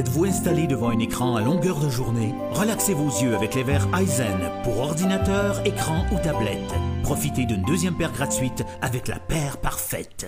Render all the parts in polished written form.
Êtes-vous installé devant un écran à longueur de journée? Relaxez vos yeux avec les verres Eisen pour ordinateur, écran ou tablette. Profitez d'une deuxième paire gratuite avec la paire parfaite.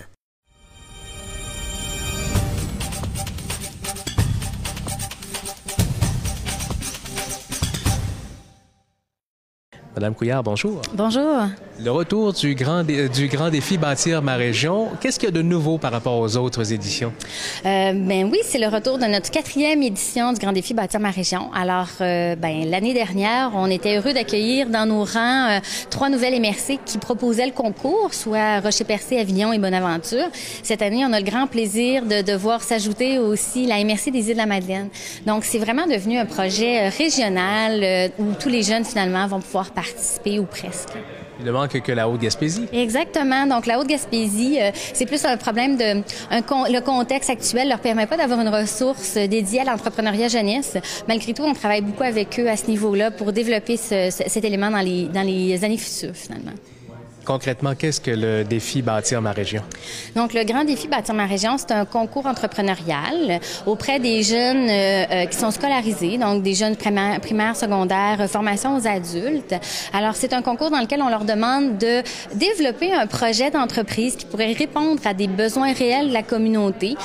Madame Couillard, bonjour. Bonjour. Le retour du grand défi Bâtir ma région, qu'est-ce qu'il y a de nouveau par rapport aux autres éditions? Ben oui, c'est le retour de notre 4e édition du grand défi Bâtir ma région. Alors, l'année dernière, on était heureux d'accueillir dans nos rangs 3 nouvelles MRC qui proposaient le concours, soit Rocher-Percé, Avignon et Bonaventure. Cette année, on a le grand plaisir de voir s'ajouter aussi la MRC des Îles-de-la-Madeleine. Donc, c'est vraiment devenu un projet régional où tous les jeunes, finalement, vont pouvoir participer ou presque. Il ne manque que la Haute-Gaspésie. Exactement. Donc, la Haute-Gaspésie, c'est plus un problème le contexte actuel leur permet pas d'avoir une ressource dédiée à l'entrepreneuriat jeunesse. Malgré tout, on travaille beaucoup avec eux à ce niveau-là pour développer cet élément dans les années futures, finalement. Concrètement, qu'est-ce que le défi Bâtir ma région? Donc, le grand défi Bâtir ma région, c'est un concours entrepreneurial auprès des jeunes qui sont scolarisés, donc des jeunes primaires, secondaires, formation aux adultes. Alors, c'est un concours dans lequel on leur demande de développer un projet d'entreprise qui pourrait répondre à des besoins réels de la communauté.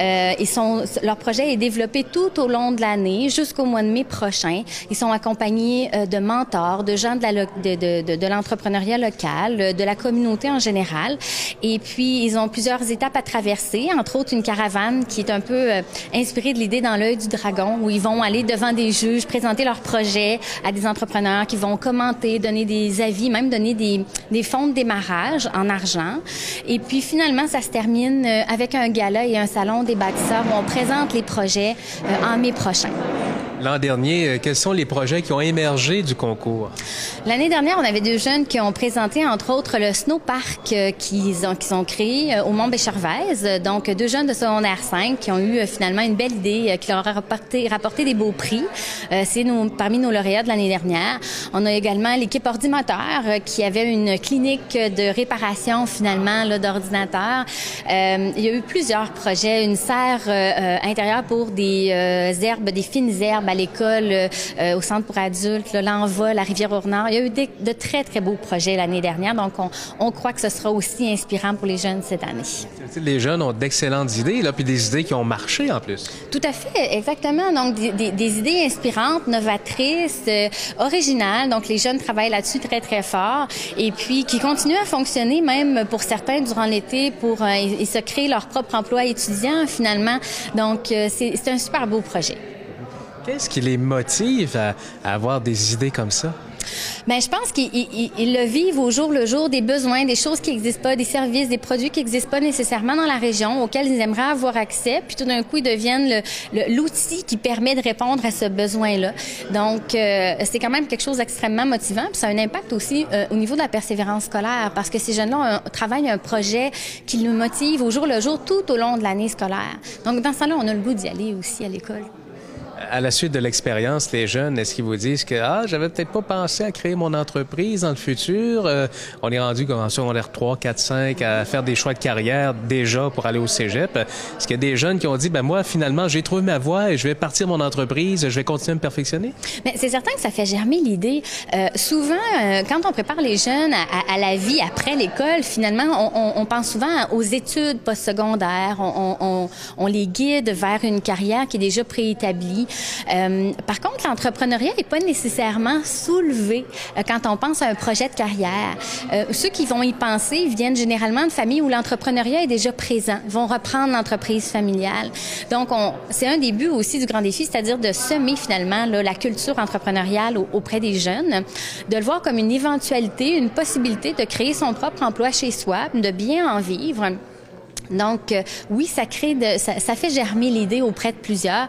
Leur projet est développé tout au long de l'année jusqu'au mois de mai prochain. Ils sont accompagnés de mentors, de gens de l'entrepreneuriat local, de la communauté en général. Et puis, ils ont plusieurs étapes à traverser, entre autres une caravane qui est un peu inspirée de l'idée dans l'œil du dragon, où ils vont aller devant des juges, présenter leurs projets à des entrepreneurs qui vont commenter, donner des avis, même donner des fonds de démarrage en argent. Et puis, finalement, ça se termine avec un gala et un salon des bâtisseurs où on présente les projets en mai prochain. L'an dernier, quels sont les projets qui ont émergé du concours? L'année dernière, on avait 2 jeunes qui ont présenté, entre autres, le snowpark qu'ils ont créé au Mont-Béchervaise. Donc, 2 jeunes de secondaire 5 qui ont eu finalement une belle idée qui leur a rapporté des beaux prix. C'est parmi nos lauréats de l'année dernière. On a également l'équipe ordinateur qui avait une clinique de réparation finalement d'ordinateurs. Il y a eu plusieurs projets, une serre intérieure pour des fines herbes à l'école, au centre pour adultes, l'Envol, la Rivière-au-Nord. Il y a eu de très, très beaux projets l'année dernière. Donc, on croit que ce sera aussi inspirant pour les jeunes cette année. Les jeunes ont d'excellentes idées, là, puis des idées qui ont marché en plus. Tout à fait, exactement. Donc, des idées inspirantes, novatrices, originales. Donc, les jeunes travaillent là-dessus très, très fort. Et puis, qui continuent à fonctionner même pour certains durant l'été ils se créent leur propre emploi étudiant finalement. Donc, c'est un super beau projet. Qu'est-ce qui les motive à avoir des idées comme ça? Bien, je pense qu'ils le vivent au jour le jour, des besoins, des choses qui n'existent pas, des services, des produits qui n'existent pas nécessairement dans la région, auxquels ils aimeraient avoir accès, puis tout d'un coup, ils deviennent l'outil qui permet de répondre à ce besoin-là. Donc, c'est quand même quelque chose d'extrêmement motivant, puis ça a un impact aussi au niveau de la persévérance scolaire, parce que ces jeunes-là travaillent un projet qui nous motive au jour le jour tout au long de l'année scolaire. Donc, dans ce temps-là, on a le goût d'y aller aussi à l'école. À la suite de l'expérience, les jeunes, est-ce qu'ils vous disent que j'avais peut-être pas pensé à créer mon entreprise dans le futur? On est rendu comme en secondaire 3, 4, 5 à faire des choix de carrière déjà pour aller au cégep. Est-ce qu'il y a des jeunes qui ont dit, moi, finalement, j'ai trouvé ma voie et je vais partir mon entreprise, je vais continuer à me perfectionner? Mais c'est certain que ça fait germer l'idée. Souvent, quand on prépare les jeunes à la vie après l'école, finalement, on pense souvent aux études postsecondaires. On les guide vers une carrière qui est déjà préétablie. Par contre, l'entrepreneuriat n'est pas nécessairement soulevé quand on pense à un projet de carrière. Ceux qui vont y penser viennent généralement de familles où l'entrepreneuriat est déjà présent, vont reprendre l'entreprise familiale. Donc, c'est un des buts aussi du grand défi, c'est-à-dire de semer finalement la culture entrepreneuriale auprès des jeunes, de le voir comme une éventualité, une possibilité de créer son propre emploi chez soi, de bien en vivre. Donc, oui, ça fait germer l'idée auprès de plusieurs.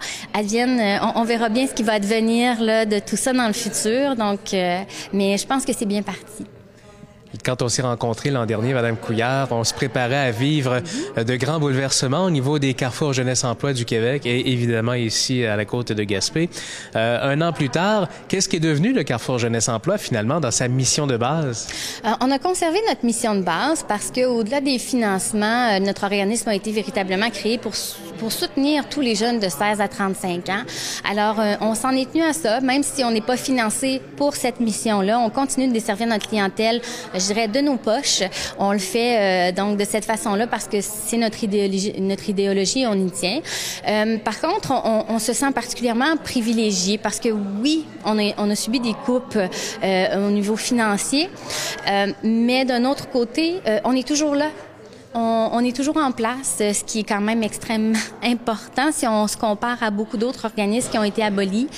On verra bien ce qui va advenir de tout ça dans le futur. Donc, mais je pense que c'est bien parti. Quand on s'est rencontrés l'an dernier, Madame Couillard, on se préparait à vivre de grands bouleversements au niveau des carrefours jeunesse-emploi du Québec et évidemment ici à la côte de Gaspé. 1 an plus tard, qu'est-ce qui est devenu le carrefour jeunesse-emploi finalement dans sa mission de base? On a conservé notre mission de base parce que au-delà des financements, notre organisme a été véritablement créé pour pour soutenir tous les jeunes de 16 à 35 ans. Alors, on s'en est tenu à ça, même si on n'est pas financé pour cette mission-là. On continue de desservir notre clientèle, je dirais, de nos poches. On le fait donc de cette façon-là parce que c'est notre idéologie et on y tient. Par contre, on se sent particulièrement privilégié parce que oui, on a subi des coupes au niveau financier, mais d'un autre côté, on est toujours là. On est toujours en place, ce qui est quand même extrêmement important si on se compare à beaucoup d'autres organismes qui ont été abolis.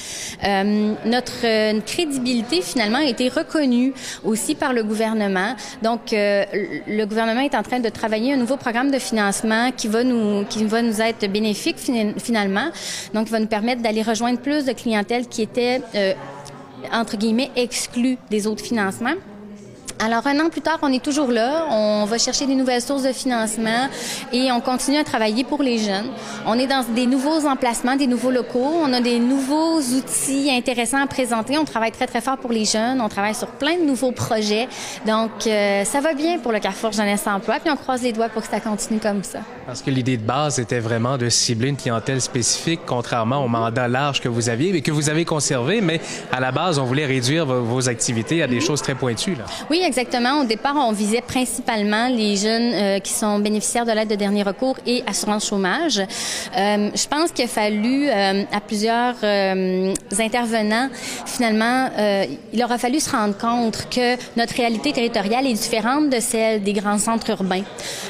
Notre crédibilité, finalement, a été reconnue aussi par le gouvernement. Donc, le gouvernement est en train de travailler un nouveau programme de financement qui va nous être bénéfique, finalement. Donc, il va nous permettre d'aller rejoindre plus de clientèle qui était, entre guillemets, exclue des autres financements. Alors, 1 an plus tard, on est toujours là. On va chercher des nouvelles sources de financement et on continue à travailler pour les jeunes. On est dans des nouveaux emplacements, des nouveaux locaux. On a des nouveaux outils intéressants à présenter. On travaille très, très fort pour les jeunes. On travaille sur plein de nouveaux projets. Donc, ça va bien pour le Carrefour Jeunesse Emploi. Puis, on croise les doigts pour que ça continue comme ça. Parce que l'idée de base était vraiment de cibler une clientèle spécifique, contrairement au mandat large que vous aviez et que vous avez conservé. Mais à la base, on voulait réduire vos activités à des choses très pointues, là. Oui, exactement. Au départ, on visait principalement les jeunes qui sont bénéficiaires de l'aide de dernier recours et assurance chômage. Je pense qu'il a fallu à plusieurs intervenants, finalement, il aura fallu se rendre compte que notre réalité territoriale est différente de celle des grands centres urbains.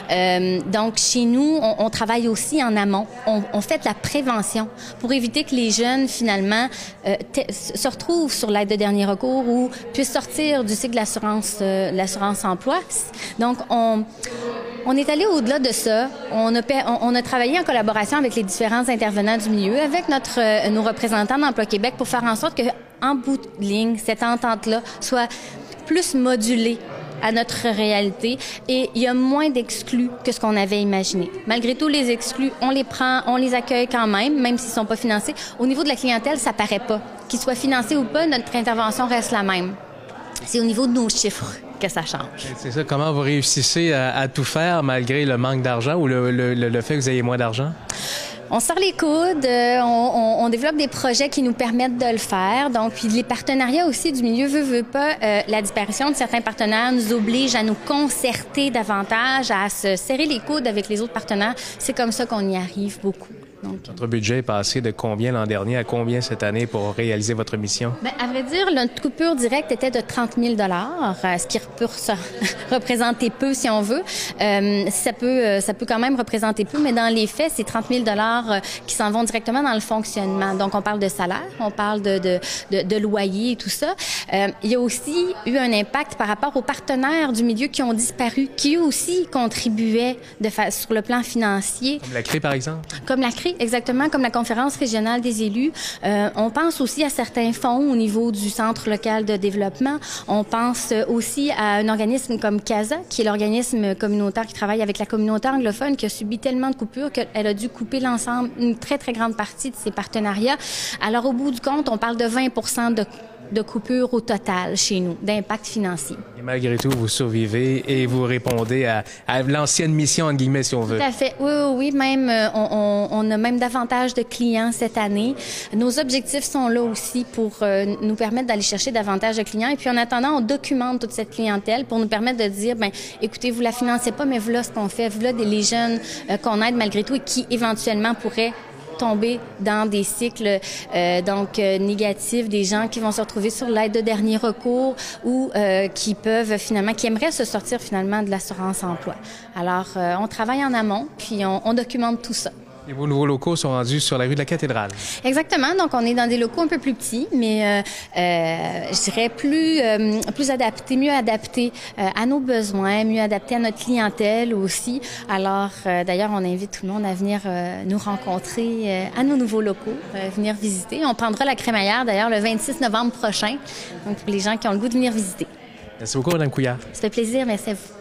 Donc, chez nous, on travaille aussi en amont. On fait de la prévention pour éviter que les jeunes, finalement, se retrouvent sur l'aide de dernier recours ou puissent sortir du cycle de l'assurance emploi. Donc, on est allé au-delà de ça. On a travaillé en collaboration avec les différents intervenants du milieu, avec nos représentants d'Emploi Québec pour faire en sorte que, en bout de ligne, cette entente-là soit plus modulée à notre réalité et il y a moins d'exclus que ce qu'on avait imaginé. Malgré tout, les exclus, on les prend, on les accueille quand même s'ils sont pas financés. Au niveau de la clientèle, ça paraît pas. Qu'ils soient financés ou pas, notre intervention reste la même. C'est au niveau de nos chiffres que ça change. C'est ça. Comment vous réussissez à tout faire malgré le manque d'argent ou le fait que vous ayez moins d'argent? On sort les coudes, on développe des projets qui nous permettent de le faire. Donc, puis les partenariats aussi du milieu veut pas. La disparition de certains partenaires nous oblige à nous concerter davantage, à se serrer les coudes avec les autres partenaires. C'est comme ça qu'on y arrive beaucoup. Donc, votre budget est passé de combien l'an dernier à combien cette année pour réaliser votre mission? Bien, à vrai dire, notre coupure directe était de 30 000 ce qui peut représenter peu si on veut. Ça peut quand même représenter peu, mais dans les faits, c'est 30 000 qui s'en vont directement dans le fonctionnement. Donc, on parle de salaire, on parle de loyer et tout ça. Il y a aussi eu un impact par rapport aux partenaires du milieu qui ont disparu, qui eux aussi contribuaient sur le plan financier. Comme la CRI, par exemple? Comme la CRI, exactement, comme la Conférence régionale des élus. On pense aussi à certains fonds au niveau du Centre local de développement. On pense aussi à un organisme comme CASA, qui est l'organisme communautaire qui travaille avec la communauté anglophone, qui a subi tellement de coupures qu'elle a dû couper l'ensemble, une très, très grande partie de ses partenariats. Alors, au bout du compte, on parle de 20% de coupures au total chez nous, d'impact financier. Et malgré tout, vous survivez et vous répondez à l'ancienne mission, entre guillemets, si on veut. Tout à fait. Oui, même, on a même davantage de clients cette année. Nos objectifs sont là aussi pour nous permettre d'aller chercher davantage de clients. Et puis, en attendant, on documente toute cette clientèle pour nous permettre de dire, bien, écoutez, vous la financez pas, mais voilà ce qu'on fait. Voilà les jeunes qu'on aide malgré tout et qui, éventuellement, pourraient tomber dans des cycles négatifs, des gens qui vont se retrouver sur l'aide de dernier recours ou qui aimeraient se sortir finalement de l'assurance emploi. Alors, on travaille en amont, puis on documente tout ça. Et vos nouveaux locaux sont rendus sur la rue de la Cathédrale. Exactement. Donc, on est dans des locaux un peu plus petits, mais je dirais plus adaptés, mieux adaptés à nos besoins, mieux adaptés à notre clientèle aussi. Alors, d'ailleurs, on invite tout le monde à venir nous rencontrer à nos nouveaux locaux, venir visiter. On prendra la crémaillère, d'ailleurs, le 26 novembre prochain. Donc, pour les gens qui ont le goût de venir visiter. Merci beaucoup, Mme Couillard. C'est un plaisir. Merci à vous.